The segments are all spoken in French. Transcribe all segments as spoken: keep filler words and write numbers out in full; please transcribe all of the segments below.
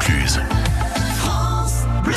Vaucluse. France Bleu.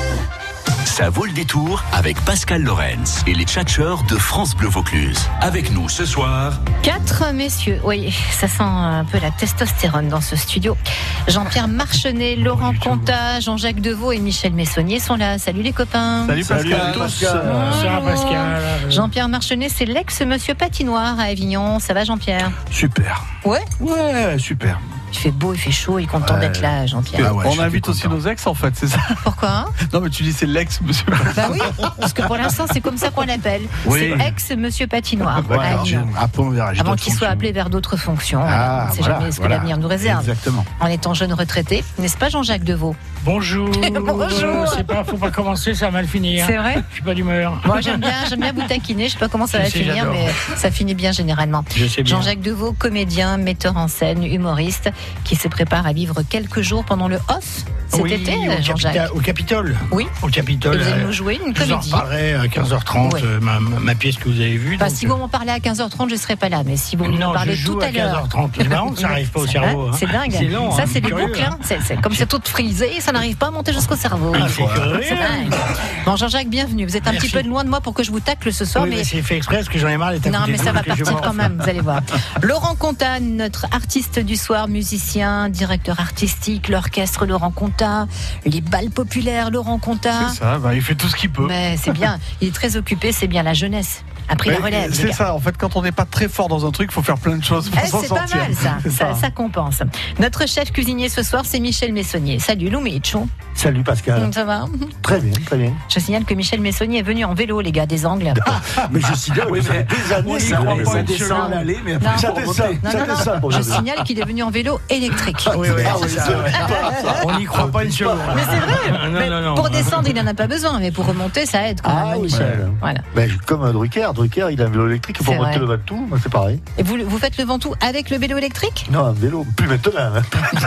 Ça vaut le détour avec Pascal Lorenz et les tchatcheurs de France Bleu Vaucluse. Avec nous ce soir... Quatre messieurs, oui, ça sent un peu la testostérone dans ce studio. Jean-Pierre Marchenet, Laurent Contat, Jean-Jacques Deveau et Michel Messonnier sont là. Salut les copains. Salut Pascal. Salut à tous. Bonjour Pascal. Jean-Pierre Marchenet, c'est l'ex-monsieur patinoire à Avignon. Ça va Jean-Pierre? Super. Ouais Ouais, super. Il fait beau, il fait chaud, il est content ouais. d'être là, Jean-Pierre. Ah ouais, on invite aussi nos ex, en fait, c'est ça? Pourquoi? Non, mais tu dis c'est l'ex, monsieur. Bah oui, parce que pour l'instant, c'est comme ça qu'on l'appelle. Oui. C'est ex-monsieur patinoire. Voilà. Après, on verra. Avant qu'il soit appelé vers d'autres fonctions. Ah, on ne sait voilà, jamais ce voilà. que l'avenir nous réserve. Exactement. En étant jeune retraité, n'est-ce pas, Jean-Jacques Deveau? Bonjour. Bonjour. C'est pas, faut pas commencer, ça va mal finir. C'est vrai? Je suis pas d'humeur. Moi, j'aime bien, j'aime bien vous taquiner. Je sais pas comment ça Je va sais, finir, j'adore. mais ça finit bien généralement. Je sais bien. Jean-Jacques Deveau, comédien, metteur en scène, humoriste, qui se prépare à vivre quelques jours pendant le off cet oui, été, au Jean-Jacques. Capita- au Capitole. Oui. Au Capitole. Et vous allez euh, nous jouer une Je vous en comédie. reparlerai à quinze heures trente, Oui. euh, ma, ma pièce que vous avez vue. Enfin, donc, si vous m'en parlez à quinze heures trente, je ne serai pas là. Mais si vous me non, parlez je joue tout à à l'heure. quinze heures trente. C'est marrant que ça n'arrive pas au cerveau. C'est hein. dingue. C'est long. Ça, hein, c'est des curieux, boucles. Hein. hein. C'est, c'est, comme c'est tout frisé, ça n'arrive pas à monter jusqu'au cerveau. Ah, c'est curieux. C'est dingue. Bon, Jean-Jacques, bienvenue. Vous êtes un Merci. petit peu de loin de moi pour que je vous tacle ce soir. Oui, mais mais c'est fait exprès parce que j'en ai marre d'être à non, côté mais de ça vous, va que je partir quand m'enfle. même, vous allez voir. Laurent Contat, notre artiste du soir, musicien, directeur artistique, l'orchestre Laurent Contat, les balles populaires Laurent Contat. C'est ça, bah, il fait tout ce qu'il peut. Mais c'est bien, il est très occupé, c'est bien la jeunesse. A pris la Mais relève. les C'est gars. ça, en fait, quand on n'est pas très fort dans un truc, il faut faire plein de choses pour Eh, s'en c'est pas sortir. mal ça. C'est Ça, ça. ça compense. Notre chef cuisinier ce soir, c'est Michel Messonnier. Salut Lou Mitchou. Salut Pascal. Ça va? Très bien, très bien. Je signale que Michel Messonnier est venu en vélo, les gars, des Angles. Mais je suis d'accord, Oui, ça fait mais des années on y ça, croit ça, pas ça une descend seconde. à l'aller, mais Non. après ça Pour descend. Non, Ça non, non. descend pour Je le vélo. signale qu'il est venu en vélo électrique. Oui, oui, Ah c'est oui, ça, c'est ouais. On n'y croit pas une seconde. Mais c'est vrai. Non, Mais non, non. pour descendre, il n'en a pas besoin, mais pour remonter, ça aide quand même, Ah hein, oui, Michel. ben, Voilà. ben, comme un Drucker, Drucker, il a un vélo électrique pour C'est monter vrai. le Ventoux, ben, c'est pareil. Et vous, vous faites le Ventoux avec le vélo électrique? Non, un vélo, plus maintenant. Hein.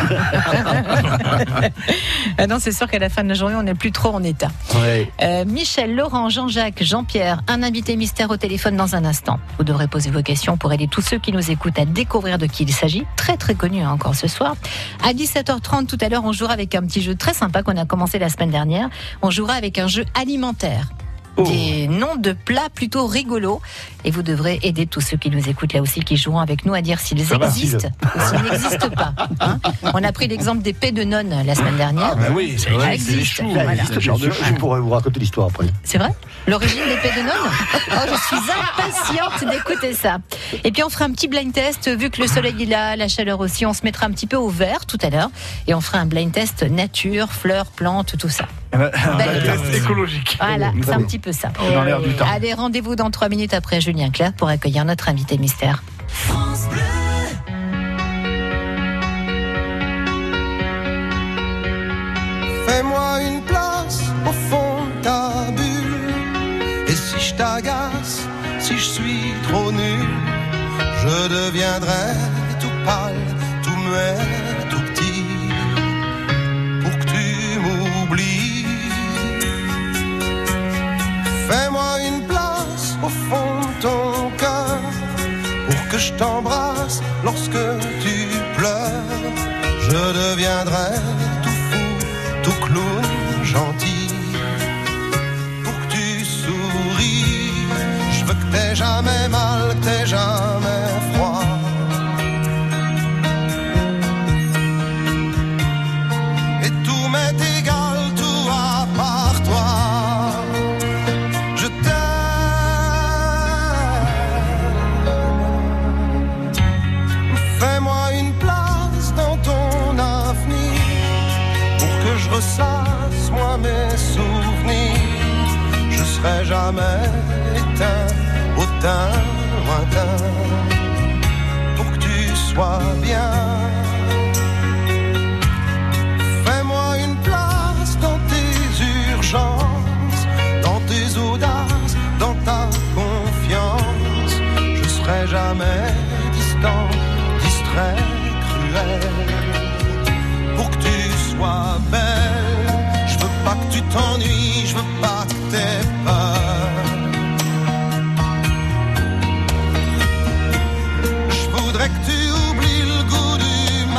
Ah non, c'est sûr qu'à la fin de la journée, on n'est plus trop en état. Ouais. Euh, Michel, Laurent, Jean-Jacques, Jean-Pierre, un invité mystère au téléphone dans un instant. Vous devrez poser vos questions pour aider tous ceux qui nous écoutent à découvrir de qui il s'agit. Très très connu hein, encore ce soir. À dix-sept heures trente tout à l'heure, on jouera avec un petit jeu très sympa qu'on a commencé la semaine dernière. On jouera avec un jeu alimentaire. Oh. Des noms de plats plutôt rigolos. Et vous devrez aider tous ceux qui nous écoutent là aussi, qui joueront avec nous à dire s'ils Ça va, existent Steve. ou s'ils n'existent pas. hein. On a pris l'exemple des pets de nonnes la semaine dernière. Ah, bah oui, c'est Ça vrai, c'est les existe. choux. Voilà. Existe, bien sûr, je pourrais vous raconter l'histoire après. C'est vrai? L'origine des pets de nonnes? Oh, je suis impatiente d'écouter ça. Et puis on fera un petit blind test, vu que le soleil est là, la chaleur aussi, on se mettra un petit peu au vert tout à l'heure. Et on fera un blind test nature, fleurs, plantes, tout ça. Un Belle test idée. écologique. Voilà, Très c'est un bien. petit peu ça. Dans l'air du temps. Allez, rendez-vous dans trois minutes après Julien Clerc pour accueillir notre invité mystère. Fais-moi une place au fond de ta bulle. Et si je t'agace, si je suis trop nul, je deviendrai tout pâle, tout muet, tout petit, pour que tu m'oublies. Fais-moi une place au fond de ton cœur, pour que je t'embrasse lorsque tu pleures. Je deviendrai tout fou, tout clown, gentil, pour que tu souris. Je veux que t'aies jamais mal, que t'aies jamais froid. Et tout m'est égal, tout à part toi. Je t'aime. Fais-moi une place dans ton avenir, pour que je ressasse moi mes souvenirs. Je serai jamais éteint, hautain, lointain, pour que tu sois bien. Fais-moi une place dans tes urgences, dans tes audaces, dans ta confiance. Je serai jamais distant, distrait, cruel, pour que tu sois belle. Je veux pas que tu t'ennuies, je veux pas que t'aies peur. Je voudrais que tu oublies le goût du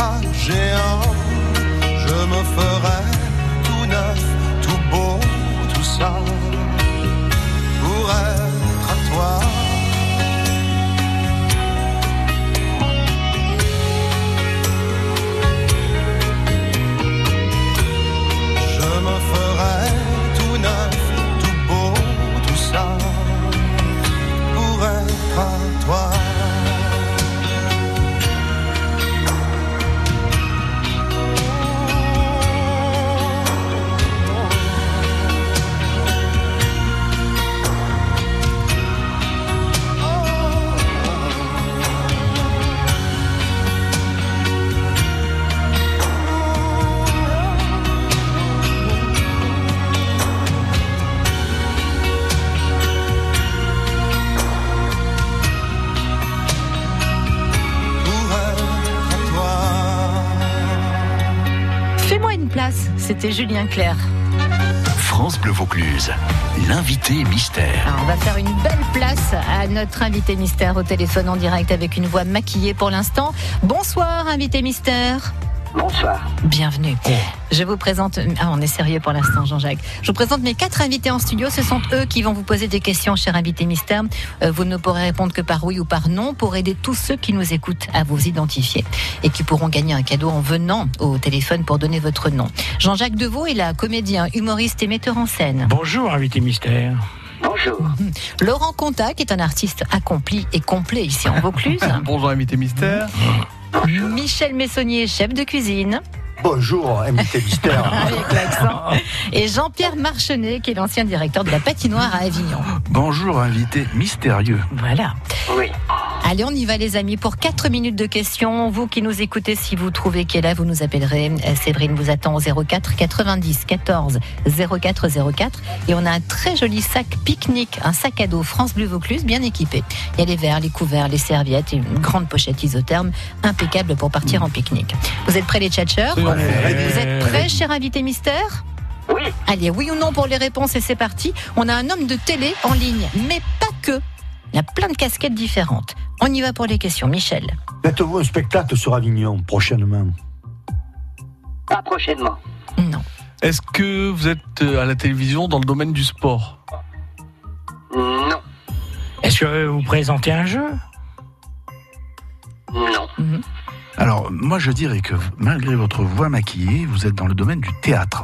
pas géant. Je me ferai tout neuf, tout beau, tout ça, pour être à toi. Je me ferai tout neuf, tout beau, tout ça, pour être à toi. C'était Julien Clerc. France Bleu Vaucluse, l'invité mystère. Alors, on va faire une belle place à notre invité mystère au téléphone en direct avec une voix maquillée pour l'instant. Bonsoir, invité mystère. Bonsoir. Bienvenue. Oh. Je vous présente... Ah, on est sérieux pour l'instant, Jean-Jacques. Je vous présente mes quatre invités en studio. Ce sont eux qui vont vous poser des questions, cher invité mystère. Euh, vous ne pourrez répondre que par oui ou par non pour aider tous ceux qui nous écoutent à vous identifier et qui pourront gagner un cadeau en venant au téléphone pour donner votre nom. Jean-Jacques Deveau est là, comédien, humoriste et metteur en scène. Bonjour, invité mystère. Bonjour. Mmh. Laurent Contat, qui est un artiste accompli et complet ici en Vaucluse. Bonjour, invité mystère. Bonjour. Michel Messonnier, chef de cuisine. Bonjour, invité mystère. Avec l'accent. Et Jean-Pierre Marchenet, qui est l'ancien directeur de la patinoire à Avignon. Bonjour, invité mystérieux. Voilà. Oui. Allez, on y va les amis pour quatre minutes de questions. Vous qui nous écoutez, si vous trouvez qui est là, vous nous appellerez. Séverine vous attend au zéro quatre quatre-vingt-dix quatorze zéro quatre zéro quatre. Et on a un très joli sac pique-nique, un sac à dos France Bleu Vaucluse bien équipé. Il y a les verres, les couverts, les serviettes et une grande pochette isotherme impeccable pour partir en pique-nique. Vous êtes prêts les tchatcheurs ? Oui, Vous êtes prêts, cher invité mystère ? Oui. Allez, oui ou non pour les réponses et c'est parti. On a un homme de télé en ligne, mais pas que. Il y a plein de casquettes différentes. On y va pour les questions. Michel. Faites-vous un spectacle sur Avignon prochainement? Pas prochainement. Non. Est-ce que vous êtes à la télévision dans le domaine du sport? Non. Est-ce que vous présentez un jeu? Non. Mm-hmm. Alors, moi je dirais que malgré votre voix maquillée, vous êtes dans le domaine du théâtre.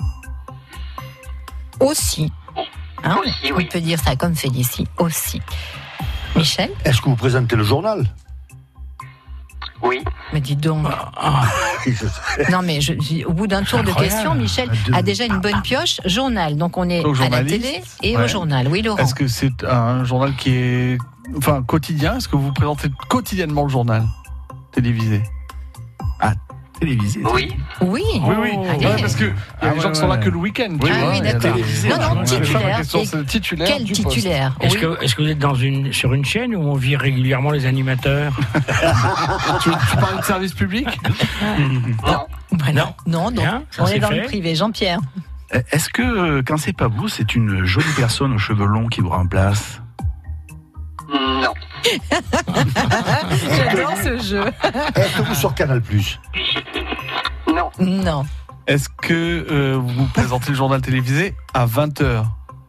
Aussi. Hein, Aussi, on oui. peut dire ça comme Félicie. Aussi. Michel? Est-ce que vous présentez le journal? Oui. Mais dis donc. Ah, Non, mais je, je- au bout d'un tour de Incroyable. questions, Michel a déjà une bonne pioche. Journal. Donc on est Donc, à la journaliste. télé et Ouais. au journal. Oui, Laurent. Est-ce que c'est un journal qui est enfin quotidien? Est-ce que vous présentez quotidiennement le journal télévisé? Télévisé. Oui. Oui. Oui, oui. Allez. Ouais, parce que il y a Ah des ouais, gens qui sont là ouais. que le week-end. tu Oui, vois, oui, il y a d'accord. télévisé. Non, non, C'est pas ma titulaire. question, Et c'est le titulaire Quel du poste. titulaire? est-ce, Oui. que, est-ce que vous êtes dans une, sur une chaîne où on vire régulièrement les animateurs? tu, tu parles de service public? Non. Voilà. Non, non. Bien, ça On c'est est dans fait. le privé. Jean-Pierre. Est-ce que, euh, quand c'est pas vous, c'est une jolie personne aux cheveux longs qui vous remplace? Non. J'adore ce jeu. Êtes-vous sur Canal plus? Non. Non. Est-ce que euh, vous présentez le journal télévisé à vingt heures?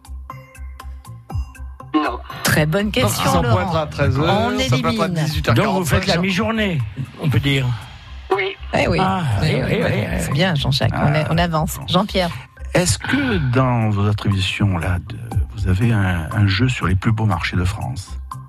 Non. Très bonne question, Ça peut être Laurent. à treize heures, On ça peut être à élimine. dix-huit heures quarante-cinq. Donc vous faites la mi-journée, on peut dire. Oui. Eh oui. Ah, Eh oui, oui, oui, oui. oui, oui. C'est bien, Jean-Jacques. On, a- on avance. Jean-Pierre. Est-ce que dans vos attributions là, de, vous avez un, un jeu sur les plus beaux marchés de France?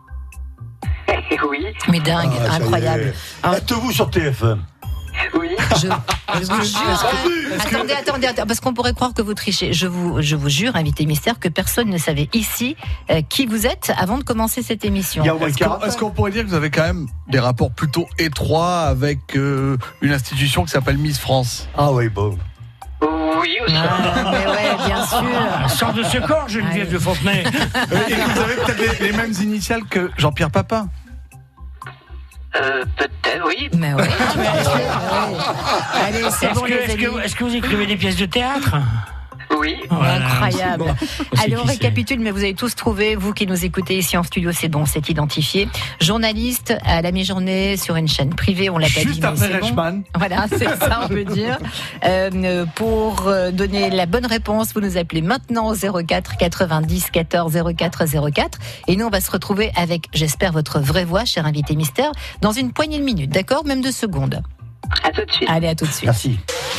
Oui. Mais dingue, Ah, ça y incroyable. est. Ah. Êtes-vous sur T F un? Oui. Je, je vous jure. Attendez, attendez, attendez, parce qu'on pourrait croire que vous trichez. Je vous, je vous jure, invité mystère, que personne ne savait ici euh, qui vous êtes avant de commencer cette émission. Il y a au moins Est-ce qu'on, quarante. est-ce qu'on pourrait dire que vous avez quand même des rapports plutôt étroits avec euh, une institution qui s'appelle Miss France? Ah oui, bon. Oui aussi. Ah, mais ouais, bien sûr. Sors de ce corps, Geneviève Allez. de Fontenay. Euh, Et que vous avez peut-être les, les mêmes initiales que Jean-Pierre Papin? Euh, peut-être, oui. Mais ouais. Allez, c'est Est-ce bon, que, les est-ce, que, amis. est-ce que vous écrivez des pièces de théâtre? Oui. Voilà. Incroyable. C'est Allez, on qui c'est récapitule, mais vous avez tous trouvé. Vous qui nous écoutez ici en studio, c'est bon, c'est identifié. Journaliste à la mi-journée sur une chaîne privée, on l'a pas dit, Juste mais après c'est bon. Reichmann. Voilà, c'est ça, on peut dire. Euh, pour euh, donner la bonne réponse, vous nous appelez maintenant au zéro quatre quatre-vingt-dix quatorze zéro quatre zéro quatre. Et nous, on va se retrouver avec, j'espère, votre vraie voix, cher invité mystère, dans une poignée de minutes, d'accord? Même de secondes. À tout de suite. Allez, à tout de suite. Merci.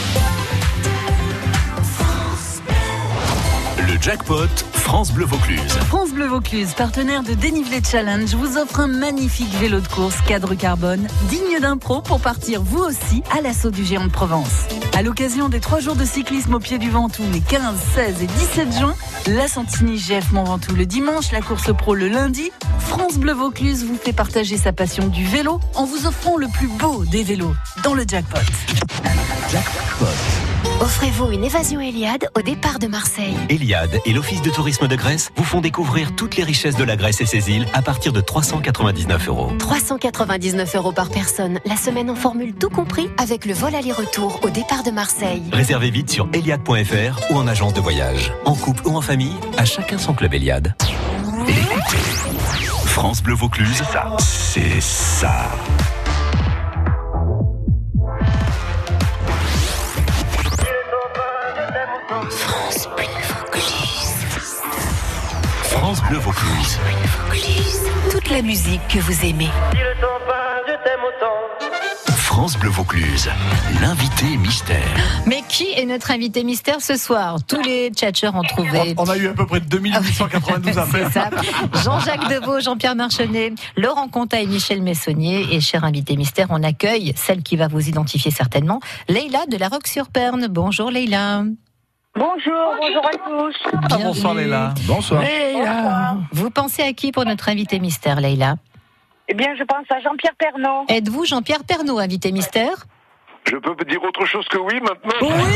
Le jackpot France Bleu Vaucluse. France Bleu Vaucluse, partenaire de Dénivelé Challenge, vous offre un magnifique vélo de course cadre carbone, digne d'un pro pour partir vous aussi à l'assaut du géant de Provence. À l'occasion des trois jours de cyclisme au pied du Ventoux, les quinze, seize et dix-sept juin, la Santini G F Mont Ventoux le dimanche, la course pro le lundi, France Bleu Vaucluse vous fait partager sa passion du vélo en vous offrant le plus beau des vélos dans le jackpot. Jackpot. Offrez-vous une évasion Eliade au départ de Marseille. Eliade et l'Office de tourisme de Grèce vous font découvrir toutes les richesses de la Grèce et ses îles à partir de trois cent quatre-vingt-dix-neuf euros. trois cent quatre-vingt-dix-neuf euros par personne, la semaine en formule tout compris avec le vol aller-retour au départ de Marseille. Réservez vite sur eliade point f r ou en agence de voyage. En couple ou en famille, à chacun son club Eliade. Écoutez, France Bleu Vaucluse, c'est ça. France Bleu Vaucluse. France Bleu Vaucluse. Toute la musique que vous aimez. France Bleu Vaucluse, l'invité mystère. Mais qui est notre invité mystère ce soir? Tous les tchatcheurs ont trouvé. On a eu à peu près deux mille huit cent quatre-vingt-douze appels. C'est ça. Jean-Jacques Deveau, Jean-Pierre Marchenet, Laurent Conta et Michel Messonnier. Et cher invité mystère, on accueille celle qui va vous identifier certainement, Leïla de la Roque-sur-Perne. Bonjour Leïla. Bonjour, bonjour à tous. Ah, bonsoir Leïla. Bonsoir. Leïla. Vous pensez à qui pour notre invité mystère, Leïla? Eh bien, je pense à Jean-Pierre Pernaut. Êtes-vous Jean-Pierre Pernaut, invité mystère? Je peux dire autre chose que oui maintenant. Oui.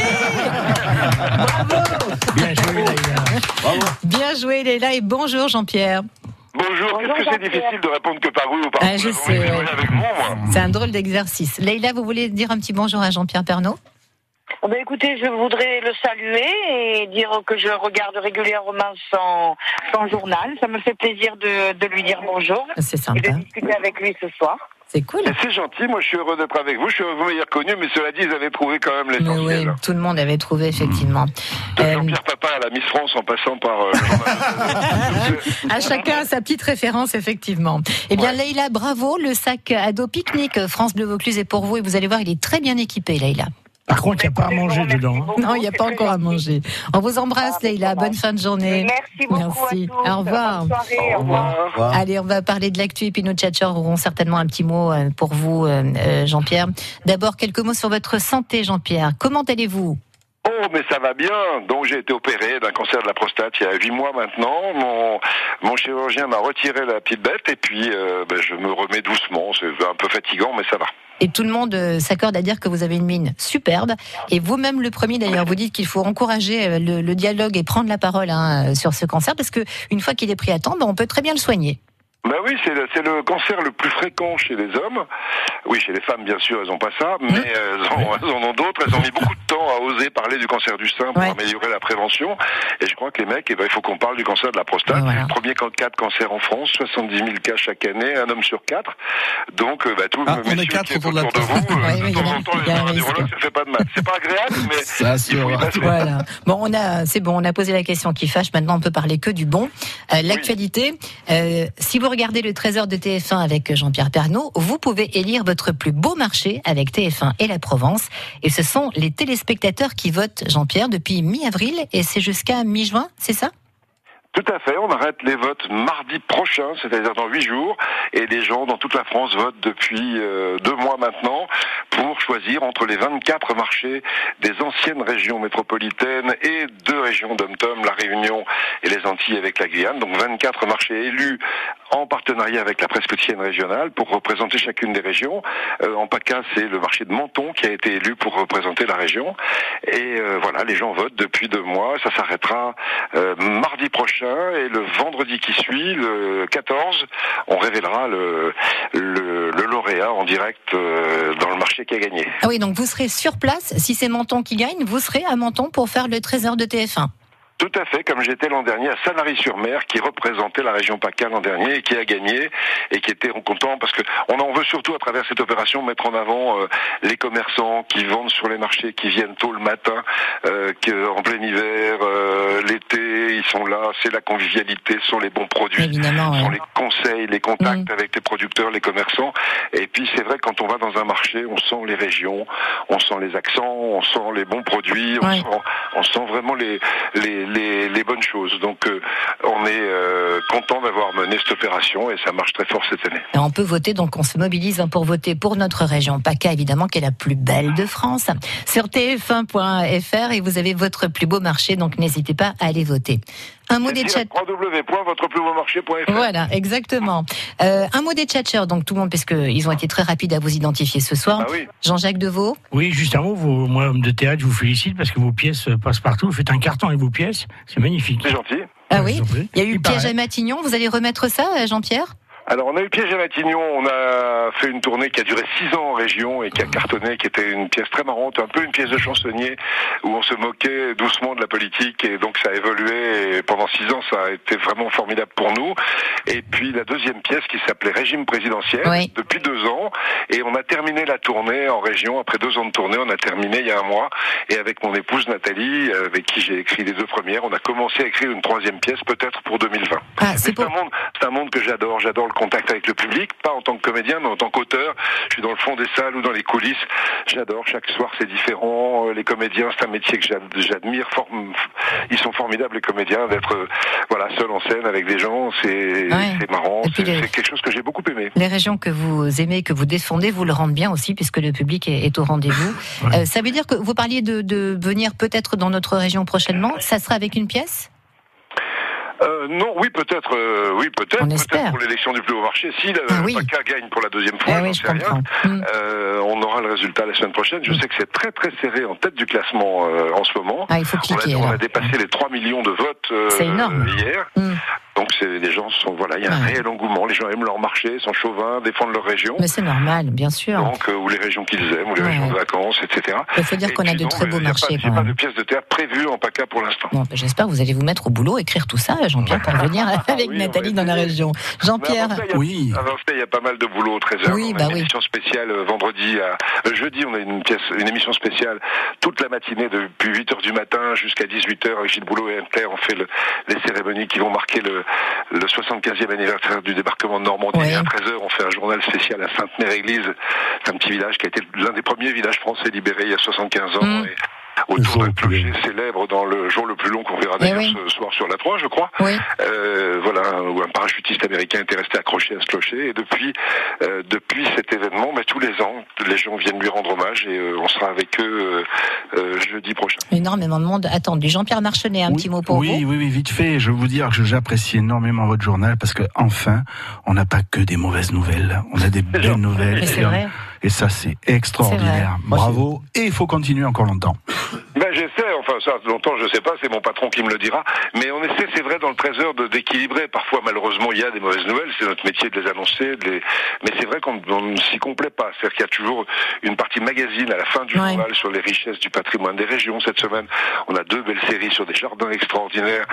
Bravo. Bien joué, Leïla. Bravo. Bien joué Leïla et bonjour Jean-Pierre. Bonjour, qu'est-ce que c'est difficile de répondre que par oui ou par ah, je sais, ouais. avec moi, moi. C'est un drôle d'exercice. Leïla, vous voulez dire un petit bonjour à Jean-Pierre Pernaut? Oh ben écoutez, je voudrais le saluer et dire que je regarde régulièrement son, son journal. Ça me fait plaisir de, de lui dire bonjour. C'est sympa. Et de discuter avec lui ce soir. C'est cool. Et c'est gentil, moi je suis heureux d'être avec vous. Je suis heureux de vous m'ayez reconnu, mais cela dit, ils avaient trouvé quand même l'essentiel. Oui, tout le monde avait trouvé, effectivement. De euh... Jean-Pierre Papin à la Miss France en passant par euh, le journal. À chacun sa petite référence, effectivement. Eh bien, ouais. Leïla, bravo. Le sac à dos pique-nique France Bleu Vaucluse est pour vous. Et vous allez voir, il est très bien équipé, Leïla. Par contre, il n'y a pas à manger dedans. Non, il n'y a pas encore à manger. On vous embrasse, Leïla. Bonne fin de journée. Merci beaucoup. Merci. À tous. Au revoir. Bonne soirée. Au revoir. Au revoir. Allez, on va parler de l'actu et puis nos tchatcheurs auront certainement un petit mot pour vous, Jean-Pierre. D'abord, quelques mots sur votre santé, Jean-Pierre. Comment allez-vous ? Oh, mais ça va bien. Donc, j'ai été opéré d'un cancer de la prostate il y a huit mois maintenant. Mon, mon chirurgien m'a retiré la petite bête et puis euh, ben, je me remets doucement. C'est un peu fatigant, mais ça va. Et tout le monde euh, s'accorde à dire que vous avez une mine superbe. Et vous-même, le premier d'ailleurs, vous dites qu'il faut encourager le, le dialogue et prendre la parole hein, sur ce cancer parce que une fois qu'il est pris à temps, ben, on peut très bien le soigner. Ben oui, c'est le, c'est le cancer le plus fréquent chez les hommes. Oui, chez les femmes, bien sûr, elles n'ont pas ça, mais elles en, elles en ont d'autres. Elles ont mis beaucoup de temps à oser parler du cancer du sein pour ouais. améliorer la prévention. Et je crois que les mecs, eh ben, il faut qu'on parle du cancer de la prostate. Voilà. C'est le premier cas de cancer en France, soixante-dix mille cas chaque année, un homme sur quatre. Donc, bah, tout ah, le on est quatre autour de, autour de vous, ouais, de temps en temps, les radiologues, ça fait pas de mal. C'est pas agréable, mais ça, il faut y passer. Voilà. Bon, on a, c'est bon, on a posé la question qui fâche. Maintenant, on peut parler que du bon. Euh, l'actualité, oui. euh, si vous regardez le Trésor de T F un avec Jean-Pierre Pernaut, vous pouvez élire votre plus beau marché avec T F un et la Provence. Et ce sont les téléspectateurs qui votent, Jean-Pierre, depuis mi-avril et c'est jusqu'à mi-juin, c'est ça ? Tout à fait, on arrête les votes mardi prochain, c'est-à-dire dans huit jours, et les gens dans toute la France votent depuis euh, deux mois maintenant pour choisir entre les vingt-quatre marchés des anciennes régions métropolitaines et deux régions dom-tom, la Réunion et les Antilles avec la Guyane, donc vingt-quatre marchés élus en partenariat avec la presse quotidienne régionale pour représenter chacune des régions. Euh, en PACA, c'est le marché de Menton qui a été élu pour représenter la région, et euh, voilà, les gens votent depuis deux mois, ça s'arrêtera euh, mardi prochain prochain et le vendredi qui suit, le quatorze, on révélera le, le, le lauréat en direct euh, dans le marché qui a gagné. Ah oui, donc vous serez sur place. Si c'est Menton qui gagne, vous serez à Menton pour faire le trésor de T F un. Tout à fait, comme j'étais l'an dernier à Sanary-sur-Mer, qui représentait la région PACA l'an dernier et qui a gagné et qui était content parce que on en veut surtout à travers cette opération mettre en avant euh, les commerçants qui vendent sur les marchés, qui viennent tôt le matin, euh, que, en plein hiver, euh, l'été, ils sont là, c'est la convivialité, ce sont les bons produits, Évidemment, ce sont ouais. les conseils, les contacts mmh. avec les producteurs, les commerçants. Et puis c'est vrai que quand on va dans un marché, on sent les régions, on sent les accents, on sent les bons produits, on, ouais. sent, on sent vraiment les, les Les, les bonnes choses. Donc euh, on est euh, content d'avoir mené cette opération et ça marche très fort cette année. Et on peut voter, donc on se mobilise pour voter pour notre région PACA, évidemment, qui est la plus belle de France, sur T F un point F R et vous avez votre plus beau marché, donc n'hésitez pas à aller voter. Un mot des chat. w w w point votre plus beau marché point f r. Voilà, exactement. Euh, un mot des tchatcheurs, donc tout le monde, parce qu'ils ont été très rapides à vous identifier ce soir. Ah oui. Jean-Jacques Deveau. Oui, juste un mot, vous, moi, homme de théâtre, je vous félicite parce que vos pièces passent partout. Vous faites un carton avec vos pièces, c'est magnifique. C'est gentil. Ah oui, il y a eu Il Piège paraît. à Matignon, vous allez remettre ça, Jean-Pierre ? Alors on a eu Piège à Matignon, on a fait une tournée qui a duré six ans en région et qui a cartonné, qui était une pièce très marrante, un peu une pièce de chansonnier où on se moquait doucement de la politique et donc ça a évolué et pendant six ans ça a été vraiment formidable pour nous. Et puis la deuxième pièce qui s'appelait Régime présidentiel, oui. depuis deux ans, et on a terminé la tournée en région, après deux ans de tournée, on a terminé il y a un mois et avec mon épouse Nathalie, avec qui j'ai écrit les deux premières, on a commencé à écrire une troisième pièce peut-être pour deux mille vingt. Ah, c'est, pour... c'est, un monde, c'est un monde que j'adore, j'adore le contact avec le public, pas en tant que comédien, mais en tant qu'auteur. Je suis dans le fond des salles ou dans les coulisses. J'adore. Chaque soir, c'est différent. Les comédiens, c'est un métier que j'admire. Ils sont formidables, les comédiens, d'être voilà seul en scène avec des gens. C'est, ouais. c'est marrant. C'est, les... c'est quelque chose que j'ai beaucoup aimé. Les régions que vous aimez, que vous défendez, vous le rendez bien aussi, puisque le public est, est au rendez-vous. Ouais. Euh, ça veut dire que vous parliez de, de venir peut-être dans notre région prochainement. Ça sera avec une pièce ? Euh, non, oui, peut-être, euh, oui, peut-être, on peut-être espère. Pour l'élection du plus haut marché. Si le ah, oui. PACA gagne pour la deuxième fois, ah, j'en oui, sais rien. Mmh. Euh, on aura le résultat la semaine prochaine. Je mmh. sais que c'est très très serré en tête du classement euh, en ce moment. Ah, il faut cliquer, on, a, on alors. a dépassé les trois millions de votes euh, c'est énorme. hier. Mmh. Donc c'est, les gens sont voilà, il y a un ouais. réel engouement. Les gens aiment leur marché, sont chauvins, défendent leur région. Mais c'est normal, bien sûr. Donc euh, ou les régions qu'ils aiment, ou les ouais. régions de vacances, et cetera. Il faut dire et qu'on a de non, très beaux marchés. Il n'y a pas de pièces de théâtre prévues en PACA pour l'instant. Bon, ben, j'espère que vous allez vous mettre au boulot, écrire tout ça, Jean-Pierre, pour venir avec oui, Nathalie dans la région. Jean-Pierre, avant, a, oui. Avant, il y a pas mal de boulot au treize heures. Oui, on bah a une oui. émission spéciale euh, vendredi, à, euh, jeudi, on a une pièce, une émission spéciale toute la matinée depuis huit heures du matin jusqu'à dix-huit heures avec Gilles Boulot et Inter. On fait le, les cérémonies qui vont marquer le, le soixante-quinzième anniversaire du débarquement de Normandie. Oui. Et à treize heures, on fait un journal spécial à Sainte-Mère-Église. C'est un petit village qui a été l'un des premiers villages français libérés il y a soixante-quinze ans. Mmh. Et, autour d'un clocher célèbre dans le jour le plus long qu'on verra d'ailleurs oui. ce soir sur la trois, je crois. Oui. Euh, voilà, où un parachutiste américain était resté accroché à ce clocher. Et depuis, euh, depuis cet événement, bah, tous les ans, les gens viennent lui rendre hommage et euh, on sera avec eux euh, euh, jeudi prochain. Énormément de monde attendu. Jean-Pierre Marchenet, un oui, petit mot pour oui, vous. Oui, oui, vite fait. Je veux vous dire que j'apprécie énormément votre journal parce que enfin, on n'a pas que des mauvaises nouvelles. On a des belles nouvelles. Mais c'est vrai. Et ça, c'est extraordinaire. C'est bravo. Et il faut continuer encore longtemps. Ben, j'essaie, enfin, ça, longtemps, je sais pas, c'est mon patron qui me le dira. Mais on essaie, c'est vrai, dans le treize heures, de, d'équilibrer. Parfois, malheureusement, il y a des mauvaises nouvelles. C'est notre métier de les annoncer, de les... mais c'est vrai qu'on on ne s'y complaît pas. C'est-à-dire qu'il y a toujours une partie magazine à la fin du ouais. journal sur les richesses du patrimoine des régions. Cette semaine, on a deux belles séries sur des jardins extraordinaires.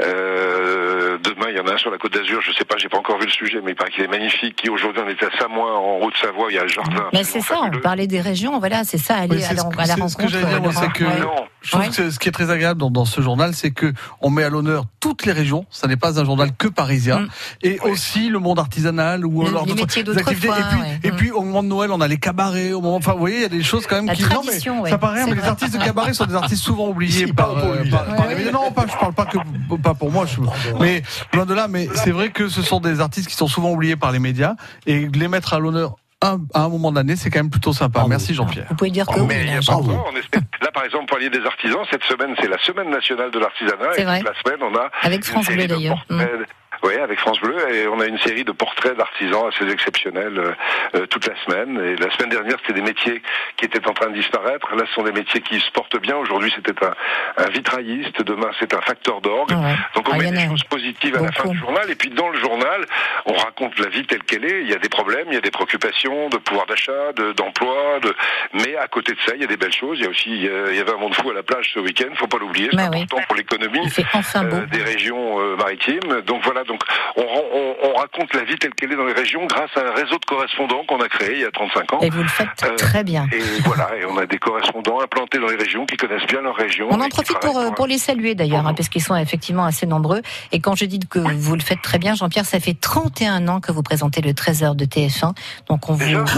Euh, demain, il y en a un sur la Côte d'Azur. Je sais pas, j'ai pas encore vu le sujet, mais il paraît qu'il est magnifique. Qui, aujourd'hui, on était à Samoin, en Haute-Savoie, il y a le jardin. Mais c'est ça, fabuleux. On parlait des régions, voilà, c'est ça, aller oui, c'est à, la, que, à la c'est rencontre. Ce que j'allais dire, moi, c'est que ouais. je trouve ouais. que ce qui est très agréable dans, dans ce journal, c'est que on met à l'honneur toutes les régions. Ça n'est pas un journal que parisien, mmh. et ouais. aussi le monde artisanal ou le, les métiers d'autrefois. Et puis, ouais. et puis, au moment de Noël, on a les cabarets. Au moment, enfin, vous voyez, il y a des choses quand même la qui. Non, mais ouais. ça paraît, mais les artistes de cabaret sont des artistes souvent oubliés Ici, par. Pas lui, par, par ouais. Non, pas, je parle pas que pas pour moi. Je, mais loin de là, mais c'est vrai que ce sont des artistes qui sont souvent oubliés par les médias et les mettre à l'honneur. Un, à un moment de l'année, c'est quand même plutôt sympa. Oh, Merci Jean-Pierre. Vous pouvez dire que oh, oui. Mais il y a pas oh, on espère. Là, par exemple, pour parler des artisans, cette semaine, c'est la semaine nationale de l'artisanat. C'est et vrai. toute la semaine, on a avec France Bleu d'ailleurs. Oui, avec France Bleu, et on a une série de portraits d'artisans assez exceptionnels euh, euh, toute la semaine. Et la semaine dernière, c'était des métiers qui étaient en train de disparaître. Là, ce sont des métiers qui se portent bien. Aujourd'hui, c'était un, un vitrailliste. Demain, c'est un facteur d'orgue. Ouais. Donc, on ah, met des choses positives à beaucoup. La fin du journal. Et puis, dans le journal, on raconte la vie telle qu'elle est. Il y a des problèmes, il y a des préoccupations de pouvoir d'achat, de, d'emploi. De... Mais à côté de ça, il y a des belles choses. Il y a aussi, il y avait un monde fou à la plage ce week-end. Faut pas l'oublier. C'est bah important oui. pour l'économie enfin euh, des régions euh, maritimes. Donc voilà. Donc on, on, on raconte la vie telle qu'elle est dans les régions grâce à un réseau de correspondants qu'on a créé il y a trente-cinq ans. Et vous le faites euh, très bien. Et voilà, et on a des correspondants implantés dans les régions qui connaissent bien leur région. On en profite pour, pour, pour les saluer d'ailleurs, hein, parce qu'ils sont effectivement assez nombreux. Et quand je dis que oui. vous le faites très bien, Jean-Pierre, ça fait trente et un ans que vous présentez le treize heures de T F un. Donc on vous... Déjà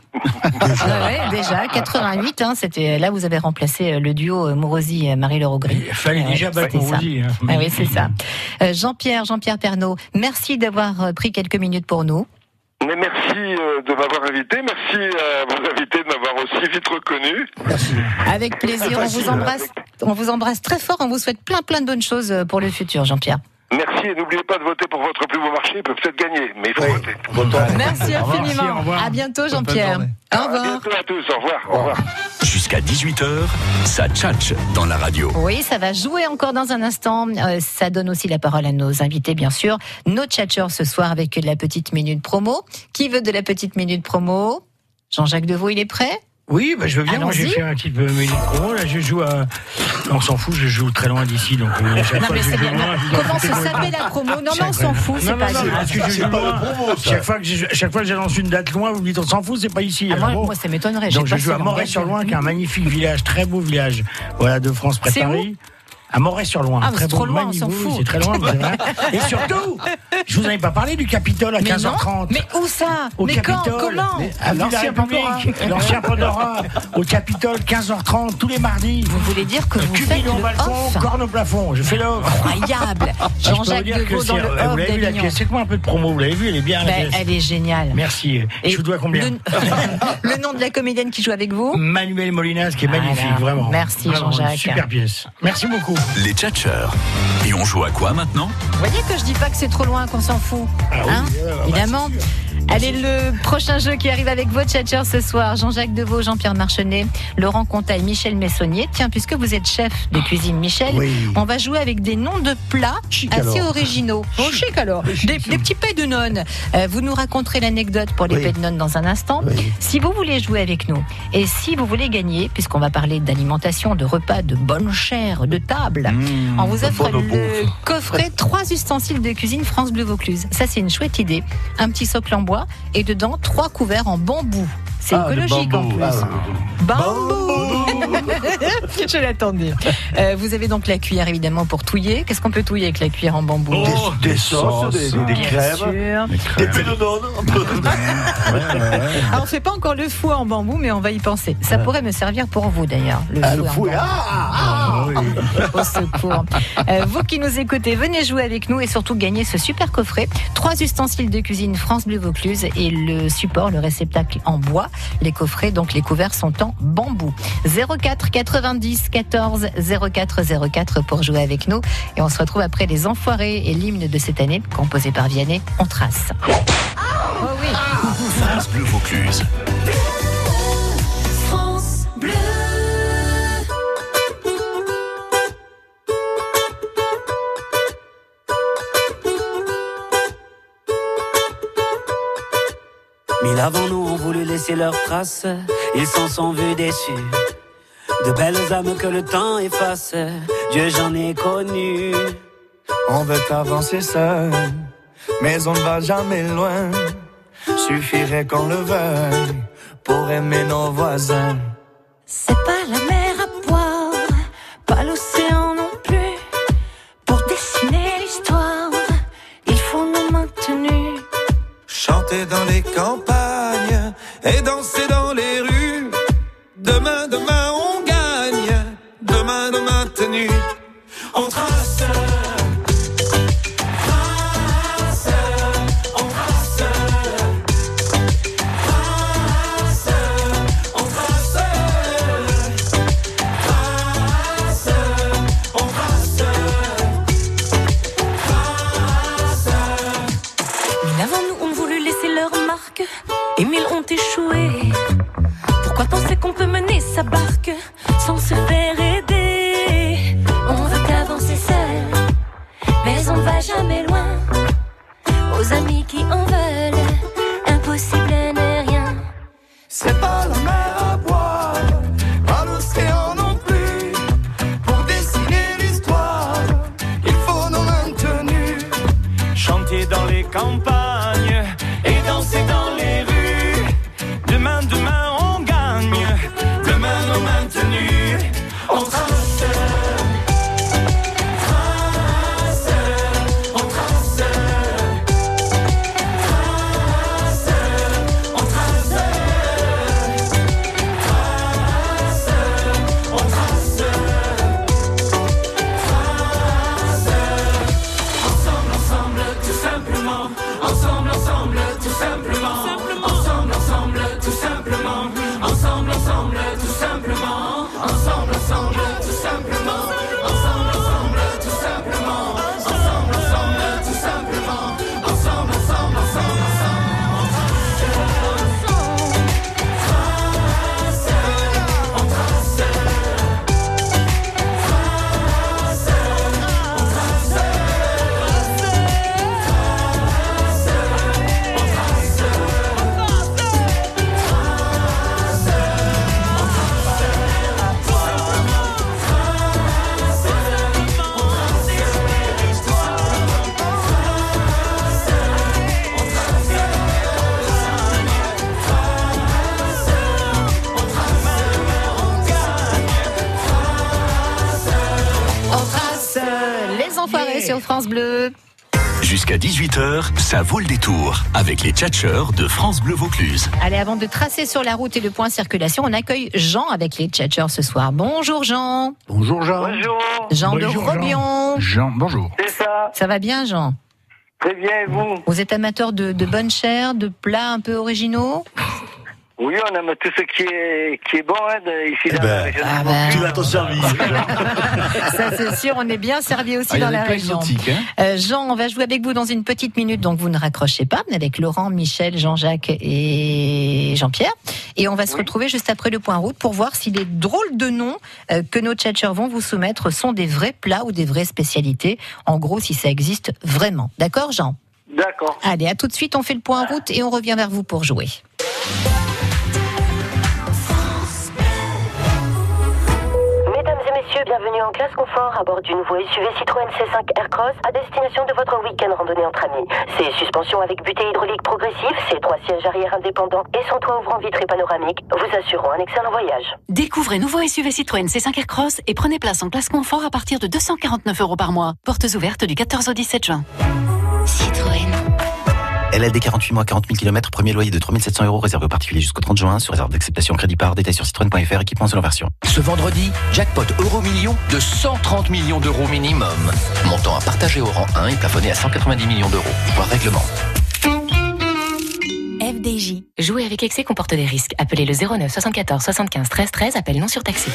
déjà. Ouais, déjà, quatre-vingt-huit, hein, c'était là vous avez remplacé le duo Morosi-Marie-Laure Augry. Il fallait déjà ouais, battre Morosi. Hein. Ah oui, c'est ça. Euh, Jean-Pierre, Jean-Pierre Pernaut, merci d'avoir pris quelques minutes pour nous. Mais merci euh, de m'avoir invité, merci à vos invités de m'avoir aussi vite reconnu. Merci. Avec plaisir, on vous embrasse, on vous embrasse très fort, on vous souhaite plein plein de bonnes choses pour le futur, Jean-Pierre. Merci et n'oubliez pas de voter pour votre plus beau marché, il peut peut-être gagner, mais il faut oui. voter. Merci infiniment. Au revoir. À bientôt Jean-Pierre. Au revoir. À bientôt à tous, au revoir. Au revoir. Jusqu'à dix-huit heures, ça tchatche dans la radio. Oui, ça va jouer encore dans un instant. Euh, ça donne aussi la parole à nos invités, bien sûr. Nos tchatcheurs ce soir avec la petite minute promo. Qui veut de la petite minute promo ? Jean-Jacques Deveau, il est prêt ? Oui, bah, je veux bien. Allons-y. Moi, j'ai fait un petit peu minute promo. Là, je joue à. On s'en fout, je joue très loin d'ici. Donc, euh, non, mais c'est bien. Loin, comment se s'appelle la promo ? Non, non, on s'en fout, c'est non, pas non, grave. Parce que je joue loin. Chaque fois que je, chaque fois que j'annonce une date loin, vous me dites on s'en fout, c'est pas ici. Ah, moi, moi, ça m'étonnerait. Donc, je joue à Moret-sur-Loing, qui est un magnifique village, très beau village. Voilà, de France près de Paris. À Moret-sur-Loing. Ah, très c'est beau, trop loin, on s'en fout. C'est très loin, c'est vrai. Et surtout, je vous avais pas parlé du Capitole à mais quinze heures trente. Mais où ça ? Au mais Capitole, quand ? Comment mais à l'ancien Pandora. L'ancien Pandora. Au Capitole, quinze heures trente, tous les mardis. Vous voulez dire que vous faites le balcon, off ? Corne au plafond, je fais l'offre. Incroyable. Jean-Jacques Deveau dans le off Vous l'avez vu la pièce, c'est quoi un peu de promo ? Vous l'avez vu, elle est bien la pièce. Elle est géniale. Merci. Et je vous dois combien ? Le nom de la comédienne qui joue avec vous ? Manuel Molinas, qui est magnifique, vraiment. Merci Jean-Jacques. Super pièce. Merci beaucoup. Les tchatcheurs. Et on joue à quoi maintenant ? Vous voyez que je dis pas que c'est trop loin, qu'on s'en fout. Ah oui, hein euh, bah, évidemment. Allez, le prochain jeu qui arrive avec vos tchatcheurs ce soir, Jean-Jacques Deveau, Jean-Pierre Marchenet, Laurent Contaille, Michel Messonnier. Tiens, puisque vous êtes chef de cuisine, Michel, oui. on va jouer avec des noms de plats chic assez alors. originaux. Bon, chic, chic alors. Chic, des, des petits paix de nonnes. Euh, vous nous raconterez l'anecdote pour les oui. paix de nonnes dans un instant. Oui. Si vous voulez jouer avec nous et si vous voulez gagner, puisqu'on va parler d'alimentation, de repas, de bonne chair, de table, mmh, on vous offre le bouffe. coffret trois ustensiles de cuisine France Bleu Vaucluse. Ça, c'est une chouette idée. Un petit socle en bois et dedans trois couverts en bambou. C'est ah, écologique en plus. Ah, bambou, bambou. Je l'attendais. Euh, vous avez donc la cuillère évidemment pour touiller. Qu'est-ce qu'on peut touiller avec la cuillère en bambou ? oh, Des, des sauces, des, des, des crèmes, des pets de nonnes. Alors on fait pas encore le fouet en bambou, mais on va y penser. Ça ouais. pourrait me servir pour vous d'ailleurs. Le ah, fouet. Le fouet. Ah, ah, oui. Au secours. Euh, vous qui nous écoutez, venez jouer avec nous et surtout gagner ce super coffret. Trois ustensiles de cuisine France Bleu Vaucluse et le support, le réceptacle en bois. Les coffrets, donc les couverts sont en bambou. zéro quatre quatre-vingt-dix quatorze zéro quatre zéro quatre pour jouer avec nous. Et on se retrouve après les Enfoirés et l'hymne de cette année, composé par Vianney. On trace. Oh oui. France Bleu Vaucluse. France Bleu. Mille avant nous ont voulu laisser leurs traces, ils s'en sont vus déçus. De belles âmes que le temps efface, Dieu j'en ai connu. On veut avancer seul, mais on ne va jamais loin. Suffirait qu'on le veuille pour aimer nos voisins. C'est pas la mer à boire, pas l'océan non plus. Pour dessiner l'histoire, il faut nos mains tenues. Chanter dans les campagnes et danser dans les rues. Demain, demain, on gagne. Demain, demain, tenue. On trace. Trace. On trace. Trace. On trace. Trace. On trace. Trace. sans se faire aider. On veut qu'avancer seul, mais on va jamais loin. Aux amis qui en veulent, impossible n'est rien. C'est pas la mer à boire, pas l'océan non plus. Pour dessiner l'histoire, il faut nos mains tenues. Chanter dans les campagnes et danser dans les rues. Demain, demain, on gagne. Demain, nos mains tenues. On trace. Sur France Bleu. Jusqu'à dix-huit heures, ça vaut le détour avec les tchatcheurs de France Bleu Vaucluse. Allez, avant de tracer sur la route et le point circulation, on accueille Jean avec les tchatcheurs ce soir. Bonjour Jean. Bonjour Jean. Bonjour. Jean Bonjour, de Robion. Jean, bonjour. C'est ça. Ça va bien Jean? Très bien, et vous? Vous êtes amateur de, de bonne chair, de plats un peu originaux? Oui, on aime tout ce qui est, qui est bon hein, de, ici Eh dans ben, la région. Ah ben, Tu vas t'en servir. ça c'est sûr, on est bien servi aussi Ah, il y dans en a la plein région. exotiques, hein. Euh, Jean, on va jouer avec vous dans une petite minute, donc vous ne raccrochez pas, avec Laurent, Michel, Jean-Jacques et Jean-Pierre. Et on va se Oui. retrouver juste après le point route pour voir si les drôles de noms euh, que nos tchatcheurs vont vous soumettre sont des vrais plats ou des vraies spécialités. En gros, si ça existe vraiment. D'accord, Jean? D'accord. Allez, à tout de suite, on fait le point route et on revient vers vous pour jouer. Mesdames et messieurs, bienvenue en classe confort à bord du nouveau S U V Citroën C cinq Aircross à destination de votre week-end randonnée entre amis. Ses suspensions avec butée hydraulique progressive, ses trois sièges arrière indépendants et son toit ouvrant vitré panoramique vous assureront un excellent voyage. Découvrez nouveau S U V Citroën C cinq Aircross et prenez place en classe confort à partir de deux cent quarante-neuf euros par mois. Portes ouvertes du quatorze au dix-sept juin. Citroën. L L D quarante-huit mois, quarante mille kilomètres, premier loyer de trois mille sept cents euros réservé aux particuliers jusqu'au trente juin, sur réserve d'acceptation crédit par, détail sur citroën point f r, équipement selon version. Ce vendredi, jackpot euro million de cent trente millions d'euros minimum. Montant à partager au rang un et plafonné à cent quatre-vingt-dix millions d'euros. Voir règlement. F D J. Jouer avec excès comporte des risques. Appelez le zéro neuf soixante-quatorze soixante-quinze treize treize, appel non surtaxé.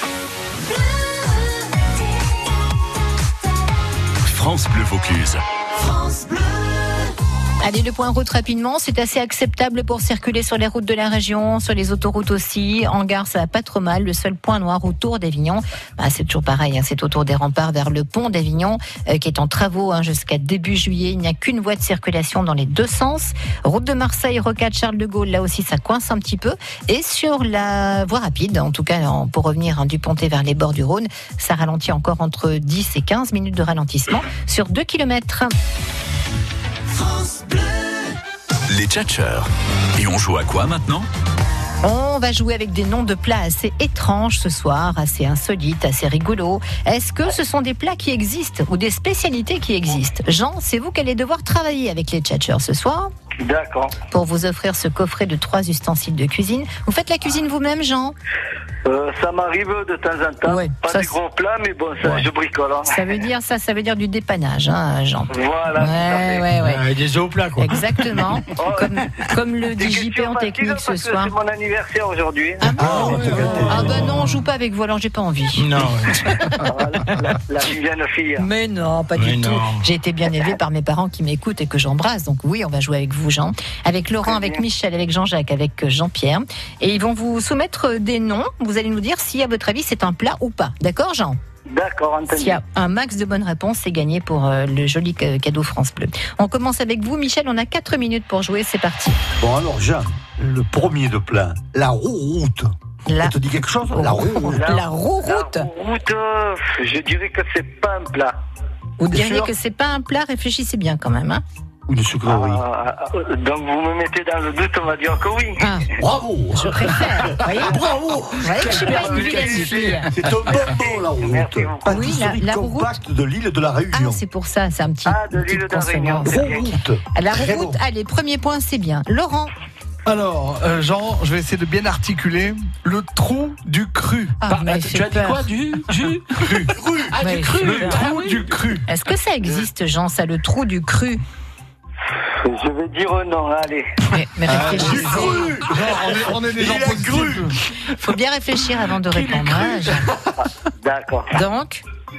France Bleu Vaucluse. France Bleu. Allez, le point route rapidement, c'est assez acceptable pour circuler sur les routes de la région, sur les autoroutes aussi. En gare, ça va pas trop mal. Le seul point noir autour d'Avignon, bah, c'est toujours pareil, hein, c'est autour des remparts vers le pont d'Avignon, euh, qui est en travaux hein, jusqu'à début juillet. Il n'y a qu'une voie de circulation dans les deux sens. Route de Marseille, rocade Charles de Gaulle, là aussi ça coince un petit peu. Et sur la voie rapide, en tout cas pour revenir hein, du Pontet vers les bords du Rhône, ça ralentit encore entre dix et quinze minutes de ralentissement sur deux kilomètres. France Bleu. Les tchatcheurs. Et on joue à quoi maintenant ? On va jouer avec des noms de plats assez étranges ce soir, assez insolites, assez rigolos. Est-ce que ce sont des plats qui existent ou des spécialités qui existent ? Jean, c'est vous qui allez devoir travailler avec les tchatcheurs ce soir. D'accord. Pour vous offrir ce coffret de trois ustensiles de cuisine. Vous faites la cuisine vous-même, Jean ? Euh, ça m'arrive de temps en temps. Ouais, pas ça, des gros plats, mais bon, ça, ouais. je bricole. Hein. Ça veut dire ça, ça veut dire du dépannage, hein, Jean. Voilà. Ouais, ouais, ouais. Euh, des œufs au plat, quoi. Exactement. Oh, comme, comme le dit des J P en questions technique faciles, ce parce que soir. C'est mon anniversaire aujourd'hui. Ah bon ? Ah bah non, on joue pas avec vous, alors j'ai pas envie. Non. la, la, la vilaine fille. Mais non, pas Mais du non. tout. J'ai été bien élevée par mes parents qui m'écoutent et que j'embrasse. Donc oui, on va jouer avec vous, Jean. Avec Laurent, avec Michel, avec Jean-Jacques, avec Jean-Pierre. Et ils vont vous soumettre des noms. Vous vous allez nous dire si, à votre avis, c'est un plat ou pas. D'accord, Jean ? D'accord, entendu. S'il y a un max de bonnes réponses, c'est gagné pour euh, le joli cadeau France Bleu. On commence avec vous, Michel. On a quatre minutes pour jouer. C'est parti. Bon, alors, Jean, le premier de plein, la roue-route. La... Ça te dit quelque chose ? La roue-route. La, la roue-route. La roue-route, euh, je dirais que c'est pas un plat. Vous diriez que c'est pas un plat, réfléchissez bien quand même. Hein. Une sucrerie. Ah, donc vous me mettez dans le doute, on va dire que oui. Ah. Bravo. Je préfère. Vous voyez ? Bravo. Vous voyez que je suis pas une vilaine fille. C'est un bonbon, la route. Oui, la, la compacte de l'île de la Réunion. Ah, c'est pour ça, c'est un petit. Ah, de l'île de la Réunion. Route. La route, bon. Allez, premier point, c'est bien. Laurent. Alors, euh, Jean, je vais essayer de bien articuler le trou du cru. Ah, Par, tu as dit quoi ? Du, du cru. Ah, du cru. Le trou du cru. Est-ce que ça existe, Jean, ça, le trou du cru ? Je vais dire non, allez. Mais, mais réfléchissez. Ah, cru. Genre, on, est, on est des gens positifs. Il faut bien réfléchir avant de répondre. Hein, D'accord. Donc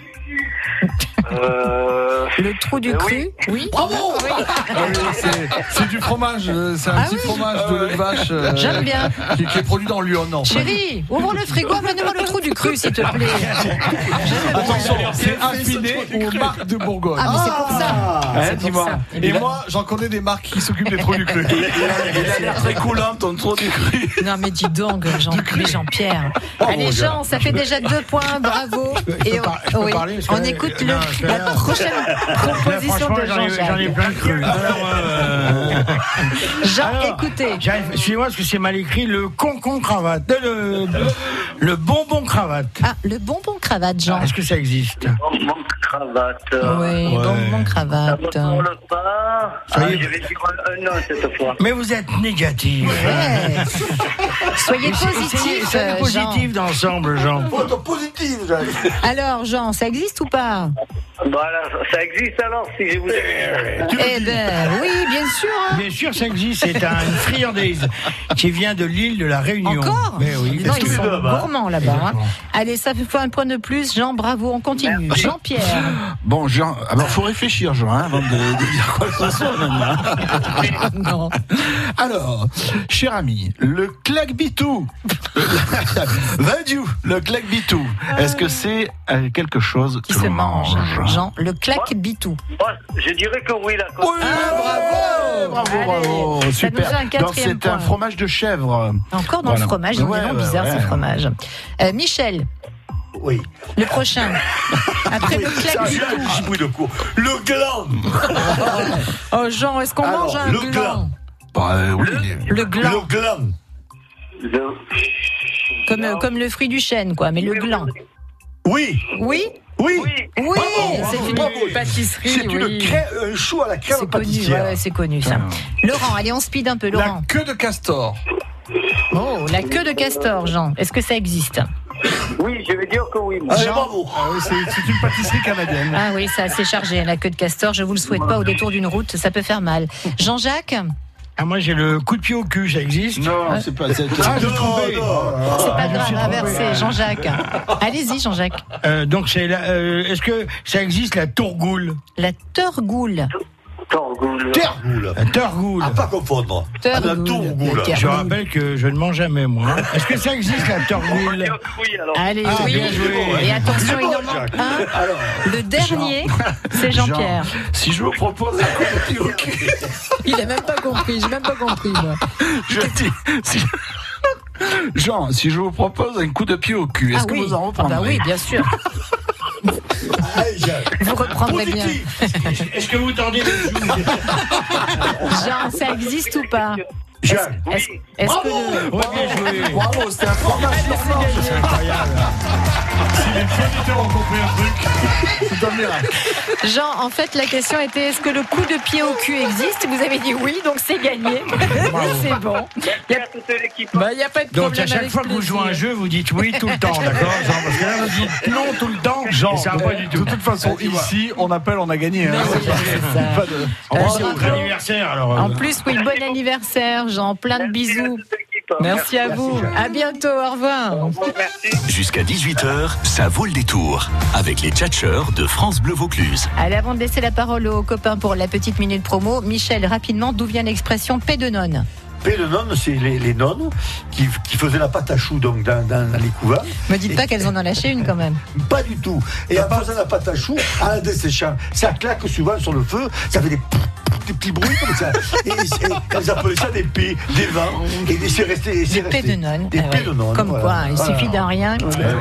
euh... Le trou du euh, cru. Oui. Oui. Bravo. Oui. Ah oui, c'est, c'est du fromage. C'est un ah petit oui. fromage de lait de vache. Euh, J'aime bien. Qui, qui est produit dans Lyon. En fait. Chérie, ouvre le frigo, amène-moi le trou du cru, s'il te plaît. Attention, c'est affiné aux marques de Bourgogne. Ah, mais c'est pour ça. Ah, c'est pour ça. Et moi, j'en connais des marques qui s'occupent des trous du cru. Il a l'air très coulant, ton trou du cru. Non, mais dis donc, Jean, mais Jean-Pierre. Allez, Jean, ça fait déjà deux points, bravo. Et on, oui, on écoute le, la prochaine proposition de Jean-Jacques. J'en ai plein de cru. Alors, euh... Jean, Alors, écoutez. Suivez-moi parce que c'est mal écrit. Le concon cravate. Le, le bonbon cravate. Ah, le bonbon cravate, Jean. Est-ce que ça existe ? Bonbon cravate. Oui, ouais. bonbon cravate. Ça me parle pas. Ah, je vais dire un non cette fois. Mais vous êtes négatif. Ouais. Soyez positif. Soyez positif d'ensemble, Jean. Photo positive, Jean. Alors, Jean, ça existe ou pas ? Voilà, ça existe alors si je vous dis. Eh ben oui, bien sûr. Hein. Bien sûr, ça existe. C'est un, une friandise qui vient de l'île de la Réunion. Encore ? Mais oui. Non, ils sont gourmands là-bas. Hein. Allez, ça fait un point de plus. Jean, bravo, on continue. Merci. Jean-Pierre. Bon, Jean, alors faut réfléchir, Jean, hein, avant de, de dire quoi que ce soit maintenant. Non. Alors, cher ami, le claque-bitou. Vadiou, le claque-bitou. Est-ce que c'est quelque chose qui que se l'on mange, mange Jean, le claque-bitou. Je dirais que oui, là. Oui, ah, bravo, bravo, bravo, allez, super. Ça nous fait un Donc c'est point. un fromage de chèvre. Encore dans voilà. le fromage, ouais, ouais, bizarre ouais. ce fromage. Euh, Michel. Oui. Le prochain. Après oui, le claque-bitou. de cours. Le gland. Oh Jean, est-ce qu'on Alors, mange un le gland, gland. Bah, euh, oui. Le, le gland. Le gland. Le... Comme, euh, comme le fruit du chêne, quoi, mais le gland. Oui. Oui. Oui, oui, oui bravo, c'est bravo, une bravo. pâtisserie. C'est oui. une crème, un chou à la crème c'est pâtissière. Connu, ouais, c'est connu ça. Laurent, allez, on speed un peu, Laurent. La queue de castor. Oh, la queue de castor, Jean. Est-ce que ça existe ? Oui, je vais dire que oui. Allez, bravo. Ah oui, c'est, c'est une pâtisserie canadienne. Ah oui, ça c'est chargé, la queue de castor. Je vous le souhaite pas au détour d'une route, ça peut faire mal. Jean-Jacques ? Ah, moi j'ai le coup de pied au cul, ça existe ? Non, ouais. c'est pas ça. Ah, j'ai trompé. C'est pas grave, inversé, Jean-Jacques. Allez-y, Jean-Jacques. Euh, donc c'est la, euh, est-ce que ça existe la tourgoule ? La tourgoule. Torgoule. Tergoule. La tourgoule. À pas confondre. Tergoule. La tourgoule. Je rappelle que je ne mange jamais, moi. Est-ce que ça existe, la tourgoule ? Oui, alors. Allez, ah, oui. Bien joué. Et attention, il en manque un. Alors, le dernier, Jean. C'est Jean-Pierre. Jean, si je vous propose un coup de pied au cul. Il n'a même pas compris, j'ai même pas compris, moi. Je dis. Si... Jean, si je vous propose un coup de pied au cul, est-ce ah, que oui. vous en reprendrez ? Ah bah oui, bien sûr. Vous reprendrez bien. Est-ce que vous tendez les joues ? Jean, ça existe ou pas ? Jean, est-ce, est-ce bravo, que le... ouais, bien joué. Bravo, c'était un fromage normand. C'est incroyable. Si les auditeurs ont compris un truc, c'est un miracle. Jean, en fait, la question était est-ce que le coup de pied au cul existe ? Vous avez dit oui, donc c'est gagné. C'est bon. Il n'y a... Bah, a pas de problème. Donc à chaque fois que vous jouez un jeu, vous dites oui tout le temps, d'accord, Jean ? Parce que là, vous dites non tout le temps. Jean, ça va pas du tout. De toute façon, ici, on appelle, on a gagné. Hein. Oui, pas de... En plus, c'est votre anniversaire, alors. En plus, oui, bon anniversaire, Jean. Plein de bisous. Merci à vous. À bientôt. Au revoir. Jusqu'à dix-huit heures, ça vaut le détour. Avec les tchatcheurs de France Bleu Vaucluse. Allez, avant de laisser la parole aux copains pour la petite minute promo, Michel, rapidement, d'où vient l'expression paix de nonne ? P de nonnes, c'est les, les nonnes qui, qui faisaient la pâte à choux donc, dans, dans, dans les couvents. Me dites Et- pas qu'elles en ont lâché une quand même. Pas du tout. Et en faisant la pâte à choux, en la desséchant, ça claque souvent sur le feu, ça fait des, des petits bruits comme ça. Et, et elles appelaient ça des P, des vents. Et c'est resté. Des P de nonnes. Des Ah P ouais. de nonnes. Comme voilà. quoi, il Voilà. suffit d'un rien.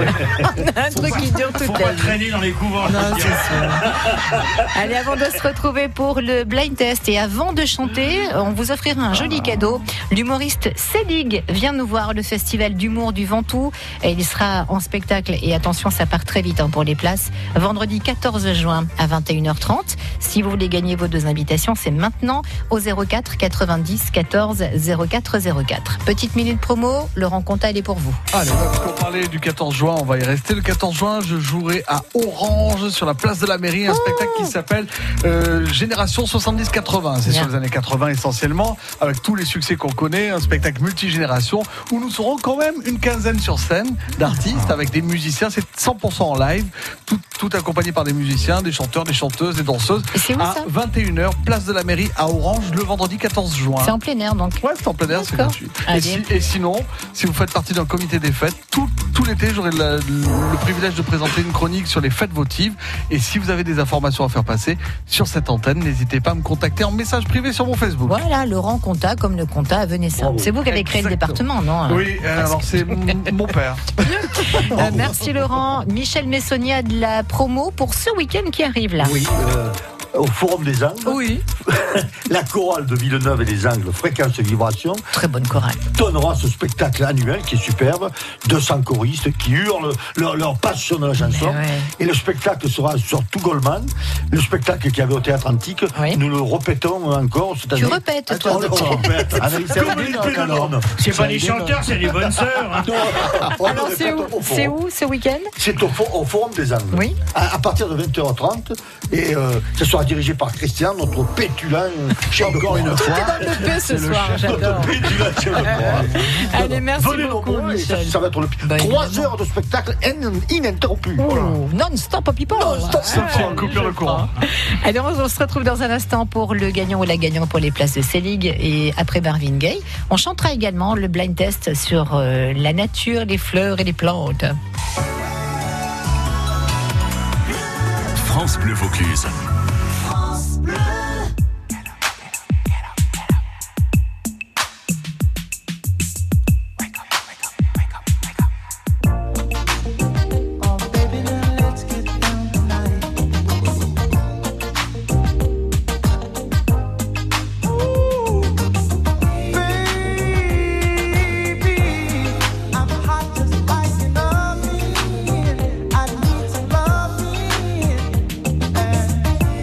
On a un truc qui dure toute Faut la pas vie. traîner dans les couvents. Non, c'est sûr. Allez, avant de se retrouver pour le blind test et avant de chanter, on vous offrira un joli cadeau. L'humoriste Selig vient nous voir le festival d'humour du Ventoux et il sera en spectacle. Et attention, ça part très vite hein, pour les places. Vendredi quatorze juin à vingt et une heures trente. Si vous voulez gagner vos deux invitations, c'est maintenant au zéro quatre quatre-vingt-dix quatorze zéro quatre zéro quatre. Petite minute promo, Laurent Conta, elle est pour vous. Allez, puisqu'on parlait du quatorze juin, on va y rester. Le quatorze juin, je jouerai à Orange, sur la place de la mairie, un Oh spectacle qui s'appelle euh, Génération soixante-dix quatre-vingts. C'est Bien. sur les années quatre-vingts essentiellement, avec tous les succès qu'on connaît, un spectacle multigénération, où nous serons quand même une quinzaine sur scène d'artistes, avec des musiciens, c'est cent pour cent en live, tout, tout accompagné par des musiciens, des chanteurs, des chanteuses, des danseuses. Et c'est où, à ça vingt et une heures, place de la mairie à Orange, le vendredi quatorze juin. C'est en plein air donc. Ouais, c'est en plein air, c'est D'accord. gratuit. Et, Allez. si- et sinon, si vous faites partie d'un comité des fêtes, tout, tout l'été, j'aurai la- le privilège de présenter une chronique sur les fêtes votives. Et si vous avez des informations à faire passer sur cette antenne, n'hésitez pas à me contacter en message privé sur mon Facebook. Voilà, Laurent Conta, comme le Conta à Venessin. C'est vous qui avez créé le département, non? Oui, euh, alors c'est m- mon père. Euh, merci Laurent. Michel Messonnier a de la promo pour ce week-end qui arrive là. Oui, euh, au Forum des Angles. Oui. La chorale de Villeneuve et des Angles, Fréquence et Vibration. Très bonne chorale. Donnera ce spectacle annuel qui est superbe. deux cents choristes qui hurlent leur, leur passion de la chanson. Ouais. Et le spectacle sera sur tout Goldman. Le spectacle qui avait au Théâtre Antique. Oui. Nous le répétons encore cette année. Tu répètes, toi. On le répète. Avec Comme Saladin, une paix de alors. l'orne. C'est pas des chanteurs, c'est des bonnes sœurs. hein. On le Alors c'est répète où, au c'est Forum. où ce week-end? C'est au, fo- au Forum des Angles. Oui. À, à partir de vingt heures trente. Et euh, ce sera dirigé par Christian, notre pétulant chef de Encore une chorale. Tout fois. est dans le P ce soir, j'adore. Notre pétulant chef de chorale. Allez, merci Venez beaucoup, nombreux, et ça, Michel. ça va être le Bah, trois évidemment. heures de spectacle in- ininterrompu. Oh, Voilà. non-stop, people. Non-stop, Ah, c'est fort, coupure je le courant. crois. Allez, on on se retrouve dans un instant pour le gagnant ou la gagnante pour les places de Selig et après Marvin Gaye. On chantera également le blind test sur euh, la nature, les fleurs et les plantes. France Bleu Vaucluse. I need some loving.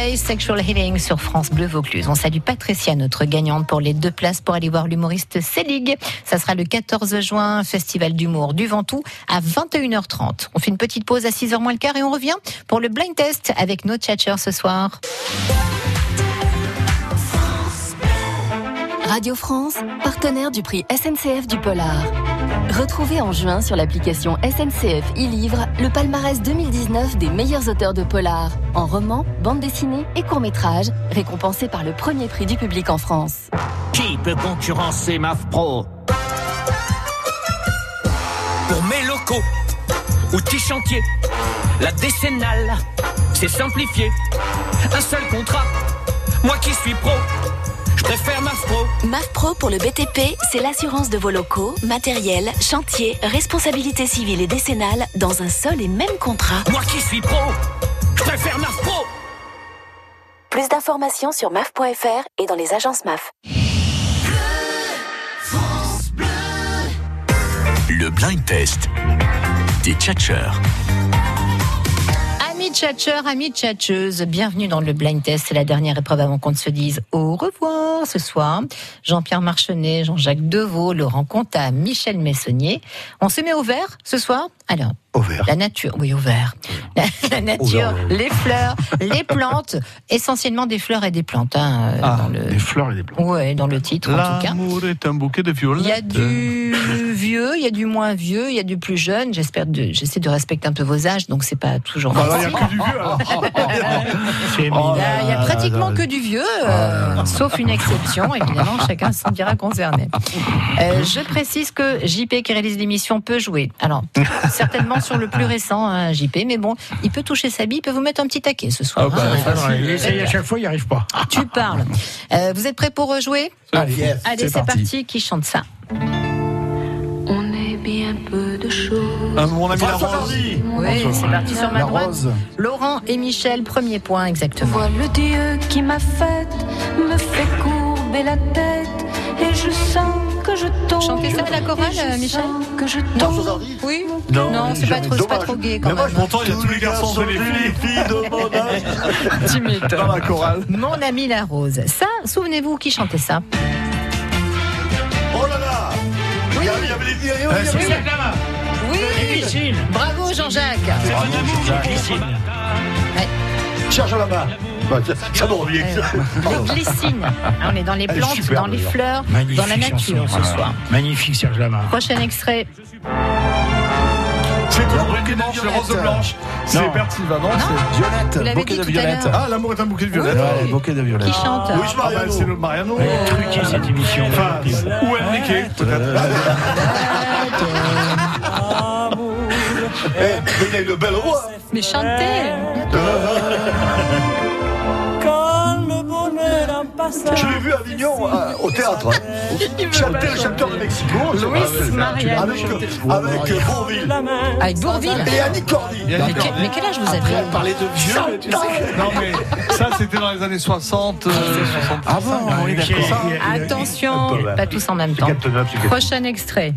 Coldplay, Sexual Healing sur France Bleu Vaucluse. On salue Patricia, notre gagnante pour les deux places pour aller voir l'humoriste Célig. Ça sera le quatorze juin, Festival d'humour du Ventoux à vingt et une heures trente. On fait une petite pause à six heures moins le quart et on revient pour le blind test avec nos tchatchers ce soir. Radio France, partenaire du prix S N C F du Polar. Retrouvez en juin sur l'application S N C F e-Livre le palmarès deux mille dix-neuf des meilleurs auteurs de polar, en roman, bande dessinée et court-métrage, récompensés par le premier prix du public en France. Qui peut concurrencer M A F Pro? Pour mes locaux, outils chantiers, la décennale, c'est simplifié. Un seul contrat, moi qui suis pro, je préfère M A F Pro. M A F Pro pour le B T P, c'est l'assurance de vos locaux, matériel, chantier, responsabilité civile et décennale dans un seul et même contrat. Moi qui suis pro, je préfère M A F Pro. Plus d'informations sur M A F point F R et dans les agences M A F. Le blind test des tchatcheurs. Amis tchatcheurs, amis tchatcheuses, bienvenue dans le blind test. C'est la dernière épreuve avant qu'on ne se dise au revoir ce soir. Jean-Pierre Marchenet, Jean-Jacques Deveau, Laurent Contat, Michel Messonnier. On se met au vert ce soir? Alors, au vert. La nature, oui, au vert. La, la nature, vert, les fleurs, les plantes, essentiellement des fleurs et des plantes. Hein, ah, dans le... des fleurs et des plantes. Ouais, dans le titre en tout cas. L'amour est un bouquet de violettes. Il y a du vieux, il y a du moins vieux, il y a du plus jeune. J'espère, de, j'essaie de respecter un peu vos âges, donc c'est pas toujours bah, facile. Il y a que du vieux. Alors. Il y a, il y a pratiquement que du vieux, euh, sauf une exception. Évidemment, chacun se sentira concerné. Euh, je précise que J P qui réalise l'émission peut jouer. Alors, certainement sur le plus récent, hein, J P, mais bon, il peut toucher sa bille, il peut vous mettre un petit taquet ce soir. Ah bah, hein. enfin, il essaye à chaque fois, il n'y arrive pas. Tu parles. Euh, vous êtes prêts pour jouer? Allez, yes, Allez, c'est, c'est parti. parti. Qui chante ça? On est bien peu de choses. Ah, mon ami la François rose. Hardy. Oui, c'est parti sur ma La droite. rose. Laurent et Michel, premier point exactement. Vois le Dieu qui m'a faite, me fait courber la tête, et je sens que je tombe. Chantez ça à la chorale, Et je euh, Michel? sens que je François tombe. Hardy. Oui? Non, Non, c'est pas jamais. trop, c'est pas Dommage. trop gay quand Mais moi, même. je Pourtant, il y a tous les garçons et les filles. filles de mon âge. Tu m'étonnes. Dans la chorale. Mon ami la rose. Ça, souvenez-vous qui chantait ça? Oh là là. Oui, Il y avait- il y avait les il y avait- il y avait- C'est ça, là-bas. oui. Glycine. Bravo Jean-Jacques. C'est mon amour, Glycine. Cherche la main. Bah, ça- Ça me revient. Les glycines. Ah, on est dans les Elle est plantes, superbe, dans les d'ailleurs. fleurs, Magnifique dans la nature chanson. ce soir. Magnifique Serge Lama. Prochain extrait. C'est toujours le dimanche, les roses blanches. C'est Non. Bert Sylvain, non, Non. c'est- Violette, Vous l'avez bouquet dit de tout à violettes. l'heure. Ah, l'amour est un bouquet de violettes. Ouais, bouquet de violettes. Qui chante? Oui, Ah, bah, Mariano. c'est le Mariano. Elle est truquée cette émission. Enfin, ou Enrique, peut-être. Eh, mais il a une belle voix. Mais chantez. Je l'ai vu à Avignon, euh, au théâtre. Hein. Chanter le chanteur de Mexico. Luis c'est- Mariano. Avec, avec euh, Bourville. Avec Bourville. Et Annie Cordy. Et Annie Mais, que- mais quel âge vous avez? Parler de vieux, mais tu sais. Non, mais ça, c'était dans les années soixante, euh, soixante. Ah bon, oui, d'accord. Attention, pas tous en même temps. Prochain extrait.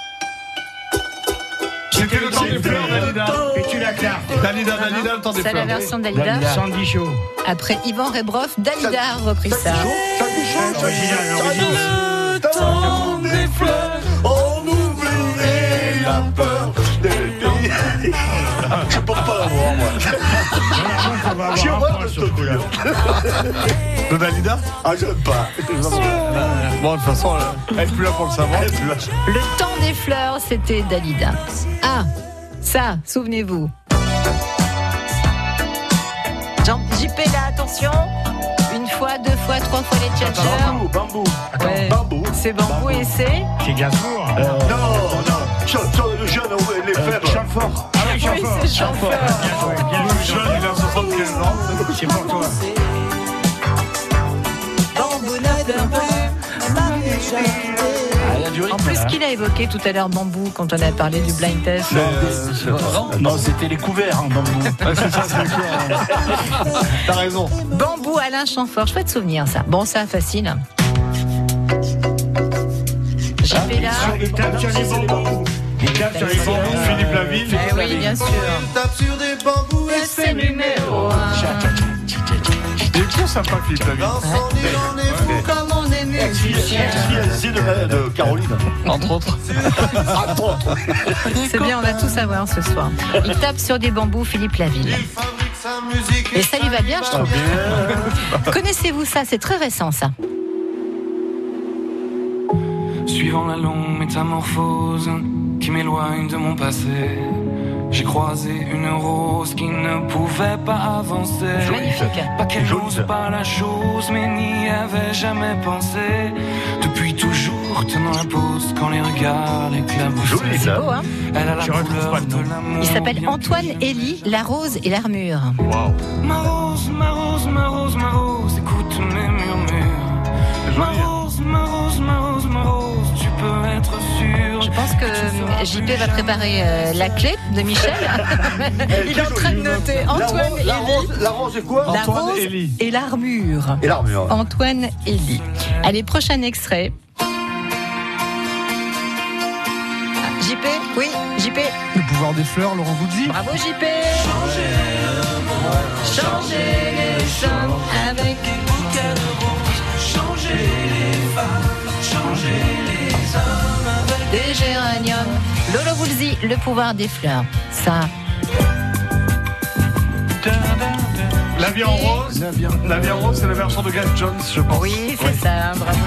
C'était le temps des fleurs, Dalida. Et tu la claques. Dalida, Dalida, le temps des C'est la fleurs. version de Dalida. Sandy Show. Après Yvan Rebroff, Dalida a repris ça. Original, original. Le temps des fleurs, on oublie la peur des filles. Je peux pas l'avoir, moi. On va J'ai avoir un horreur point de sur ce ce coup-là. De Dalida. Ah, j'aime pas. Bon, de toute façon, elle est plus là pour le savoir. Le temps des fleurs, c'était Dalida. Ah, ça, souvenez-vous. Jean J P là, attention. Une fois, deux fois, trois fois les tchatchers. Bambou, bambou. Ouais. Bambou. C'est bambou et c'est. C'est Gainsbourg. Non, non. Chanteur le jeune, ouais, les faibles. Chamfort. Ah oui, Oui, c'est Chamfort. Bien joué, bien Le joué. jeune, il a soixante-quinze ans. C'est pour toi. Bambou ne pleure plus. En plus, ce qu'il a évoqué tout à l'heure, bambou, quand on a parlé du blind test. Non, c'était les couverts en bambou. Ouais, c'est ça, c'est clair. T'as raison. Bambou, Alain Chamfort, chouette souvenir ça. Bon, ça, facile. J P là. Il tape sur les bambous. Il tape sur les bambous. Philippe Laville. Eh oui, bien sûr. Tape sur des bambous et C'est numéro un. sympa, Philippe Laville. Comme on est musicien. Fiancé de, de Caroline. Entre autres. Entre autres. C'est bien, on va tout savoir ce soir. Il tape sur des bambous, Philippe Laville. Et ça lui va bien, je trouve. Connaissez-vous ça? C'est très récent, ça. Suivant la longue métamorphose qui m'éloigne de mon passé, j'ai croisé une rose qui ne pouvait pas avancer. Magnifique. Pas qu'elle n'ose pas la chose, mais n'y avait jamais pensé. Depuis toujours, tenant la pose quand les regards l'éclaboussent. C'est beau, hein? Elle a la couleur de l'amour. Il s'appelle Antoine Elie, La Rose et l'Armure. Wow. Ma rose, ma rose, ma rose, ma rose, écoute mes murmures. Ma rose, ma rose, ma rose, ma rose, tu peux être sûr. Je pense que J P va préparer euh, la clé de Michel. Il est en train de noter Antoine Elie. La rose, la rose et quoi? La Antoine rose Elie. et l'Armure. Et l'Armure. Antoine Elie. Allez, prochain extrait. J P, oui, J P. Le pouvoir des fleurs, Laurent Voulzy. Bravo J P. Changer le monde, changer les gens avec des bouquets de roses, changer les femmes, changer les hommes avec des géraniums. Lolo Voulzy, le pouvoir des fleurs. Ça. La vie en rose. La vie en rose, c'est la version de Gad Jones, je pense. Oui, c'est oui. ça, bravo.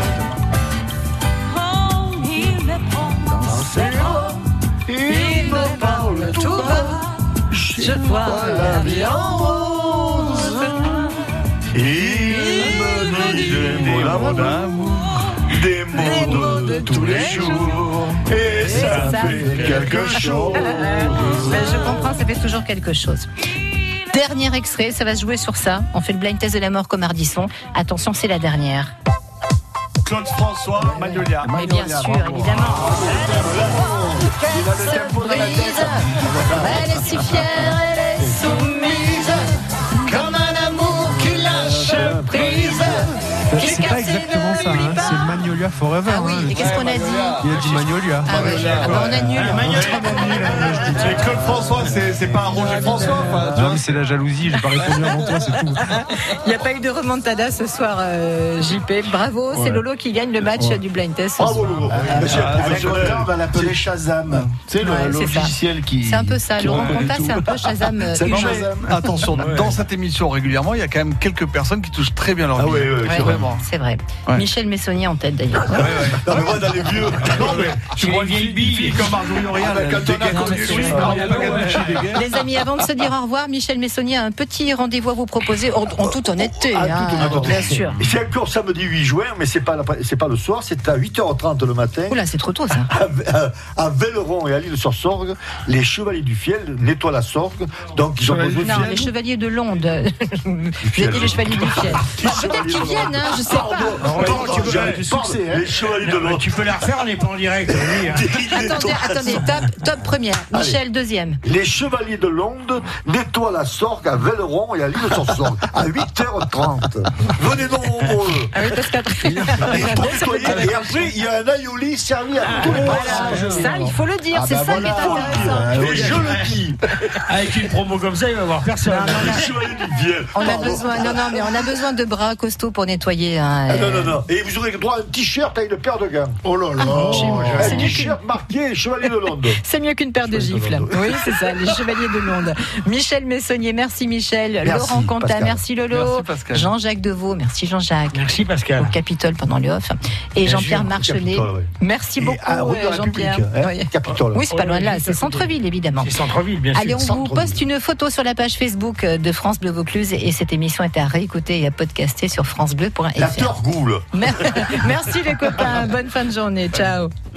Oh, il me prend dans ses bras, il me parle tout bas, je vois la vie en rose. Il me dit des mots d'amour, des mots de tous les jours, et ça fait quelque chose. Ben, je comprends, ça fait toujours quelque chose. Dernier extrait, ça va se jouer sur ça. On fait le blind test de la mort comme Ardisson. Attention, c'est la dernière. Claude François, Magnolia. Mais bien sûr, évidemment. Quelle surprise! Elle est si fière, elle est soumise, comme un amour qui lâche prise. C'est pas exactement ça, hein. C'est Magnolia Forever. Ah oui, hein, et qu'est-ce qu'on a dit? Il a dit Magnolia. Ah, oui. Ah bah on annule. Mais Claude François, c'est, c'est pas un Roger François. Enfin, non, mais c'est la jalousie, j'ai pas répondu avant toi, c'est tout. Il n'y a pas eu de remontada ce soir, euh, J P. Bravo, ouais. C'est Lolo qui gagne le match ouais. du blind test. Bravo, Lolo. On va l'appeler Shazam. Tu sais, ouais, le logiciel qui. C'est un peu ça. Laurent Conta, c'est un peu Shazam. C'est non, mais, attention, ouais. Dans cette émission régulièrement, il y a quand même quelques personnes qui touchent très bien leur vie. Ah oui, oui, ouais, vraiment. C'est vrai. Ouais. Michel Messonnier en tête d'ailleurs. Ouais, ouais. Non, mais moi, dans les vieux. Non, mais tu vois une vieille bille comme Marjorie Oriol. Les amis, avant de se dire au revoir, Michel Messonnier a un petit rendez-vous à vous proposer en, en toute honnêteté. Ah, hein, toute honnêteté. Bien sûr. Et c'est encore samedi huit juin, mais c'est pas, la, c'est pas le soir, c'est à huit heures trente le matin. Oula, c'est trop tôt ça. À, à, à Velleron et à l'Île-sur-Sorgue, les Chevaliers du Fiel nettoient la Sorgue. Donc ils ont besoin de. Non, les Chevaliers de Londe. J'ai dit les Chevaliers du Fiel. Bah, peut-être qu'ils viennent, hein, je sais pas. Tu peux faire du succès, hein. Les Chevaliers de Londe. Tu peux la refaire, on n'est pas en direct. Oui, hein. Attendez, attendez, top, top première. Michel, allez. Deuxième. Les Chevaliers de Londe nettoient la Sorgue à Velleron et à l'Île-sur-Sorgue à huit heures trente. Venez nombreux. Ah oui, parce qu'après. Et, et après, il y a un aioli servi à tous les passages. Ça, il faut le dire, ah c'est bah ça voilà. Qui est intéressant. Et je le dis. Avec une promo comme ça, il va y avoir personne. Non, non, les Chevaliers du Fiel. On a besoin, non, non, mais on a besoin de bras costauds pour nettoyer. Hein, ah, non, non, non. Et vous aurez droit à un t-shirt avec une paire de gants. Oh là là. Ah, un t-shirt marqué Chevalier de Londe. C'est mieux qu'une paire de gifles. Oui, c'est ça, les Chevaliers de Londe. Michel Messonnier, merci Michel. Merci, Laurent Conta, Pascal. Merci Lolo. Merci Jean-Jacques Deveau, merci Jean-Jacques. Merci Pascal. Au Capitole pendant le off. Et Bien Jean-Pierre Marchenet. Ouais. Merci beaucoup euh, Jean-Pierre. Hein, oui. Capitole. Oui, c'est pas loin de là, c'est centre-ville évidemment. C'est centre-ville, bien sûr. Allez, on vous poste une photo sur la page Facebook de France Bleu Vaucluse et cette émission est à réécouter et à podcaster sur francebleu point f r. La Torgoule. Merci les copains, bonne fin de journée, ciao.